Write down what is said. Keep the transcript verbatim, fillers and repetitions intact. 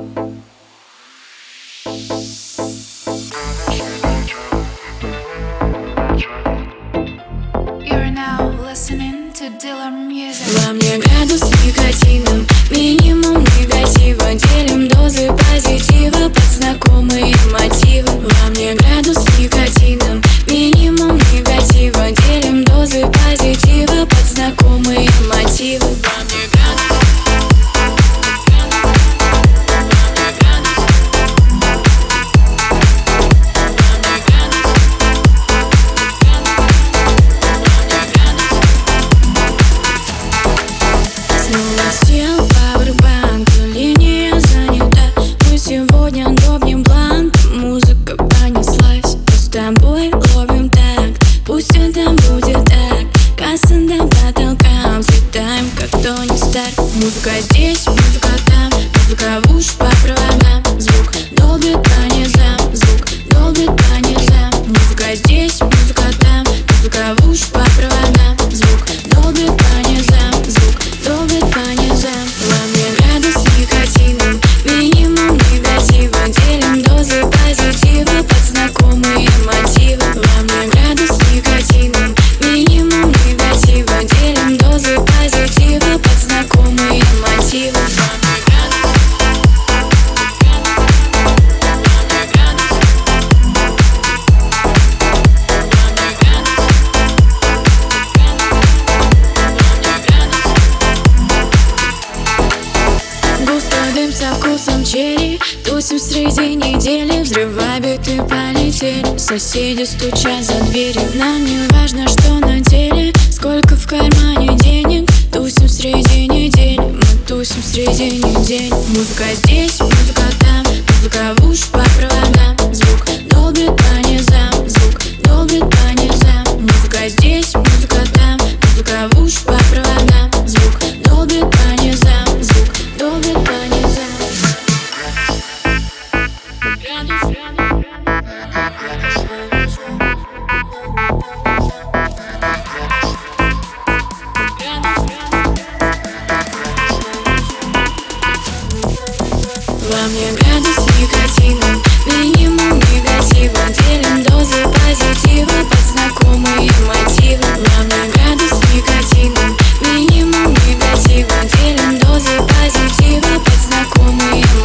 Во мне градус никотина, минимум негатива. Делим дозы позитива под знакомые мотивы. Во мне градус никотина, минимум негатива. Делим дозы позитива под знакомые мотивы. Во мне градус. Сел пауэрбанк, линия занята. Мы сегодня добнем бланк. Музыка понеслась, мы с тобой ловим такт. Пусть это будет так, касса до потолка. Взлетаем, как Тони Старк. Музыка здесь, музыка там. Музыка в уши по проводам. Звук долбит по низам, звук долбит по низам. Музыка здесь, музыка там. Музыка в уши по проводам. Звук долбит по низам, звук долбит по низам. Во мне градус никотина, минимум негатива. Делим дозы позитива под знакомые мотивы. Во мне градус никотина, минимум негатива. Делим дозы позитива под знакомые мотивы. Дым со вкусом черри, тусим среди недели. Взрывай биты, полетели. Соседи стучат за дверью. Нам не важно, что на деле, сколько в кармане денег. Тусим среди недели, мы тусим среди недели. Музыка здесь, музыка там. Музыка в уши по проводам. Звук долбит по низам, звук долбит по низам. Музыка здесь, музыка там. Музыка в уши по проводам. Звук долбит по низам, звук долбит по низам. Во мне градус никотина, минимум негатива. Делим дозы позитива под знакомые мотивы. Во мне градус никотина, минимум негатива. Делим дозы позитива под знакомые мотивы.